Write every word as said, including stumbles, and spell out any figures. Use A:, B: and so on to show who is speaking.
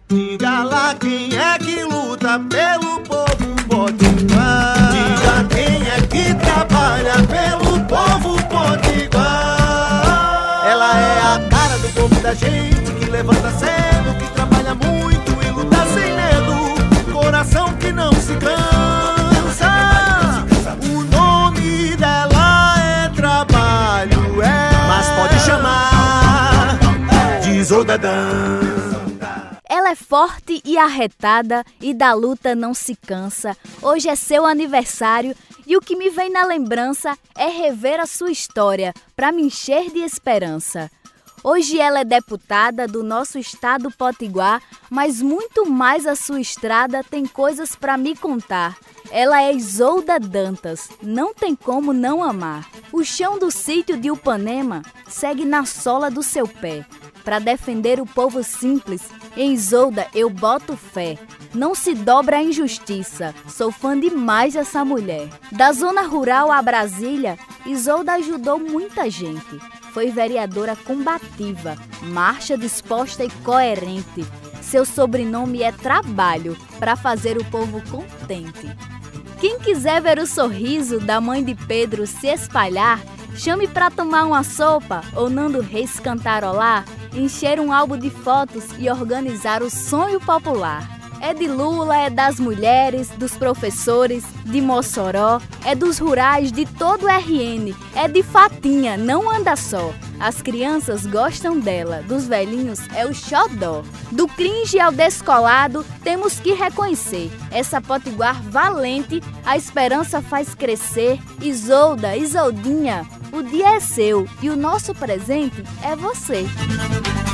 A: Diga lá quem é que luta pelo povo potiguar. Diga quem é que trabalha pelo povo potiguar. Ela é a cara do povo da gente, que levanta cedo, que trabalha muito e luta sem medo. Coração que não se cansa. O nome dela é trabalho, é. Mas pode chamar de Isolda Dan.
B: Ela é forte e arretada e da luta não se cansa. Hoje é seu aniversário e o que me vem na lembrança é rever a sua história para me encher de esperança. Hoje ela é deputada do nosso estado potiguar, mas muito mais a sua estrada tem coisas para me contar. Ela é Isolda Dantas, não tem como não amar. O chão do sítio de Upanema segue na sola do seu pé. Para defender o povo simples, em Isolda eu boto fé. Não se dobra a injustiça, sou fã demais dessa mulher. Da zona rural a Brasília, Isolda ajudou muita gente. Foi vereadora combativa, marcha disposta e coerente. Seu sobrenome é Trabalho, para fazer o povo contente. Quem quiser ver o sorriso da mãe de Pedro se espalhar, chame para tomar uma sopa ou Nando Reis cantarolar, encher um álbum de fotos e organizar o sonho popular. É de Lula, é das mulheres, dos professores, de Mossoró, é dos rurais, de todo o R N, é de Fatinha, não anda só. As crianças gostam dela, dos velhinhos é o xodó. Do cringe ao descolado, temos que reconhecer. Essa potiguar valente, a esperança faz crescer. Isolda, Isoldinha, o dia é seu e o nosso presente é você.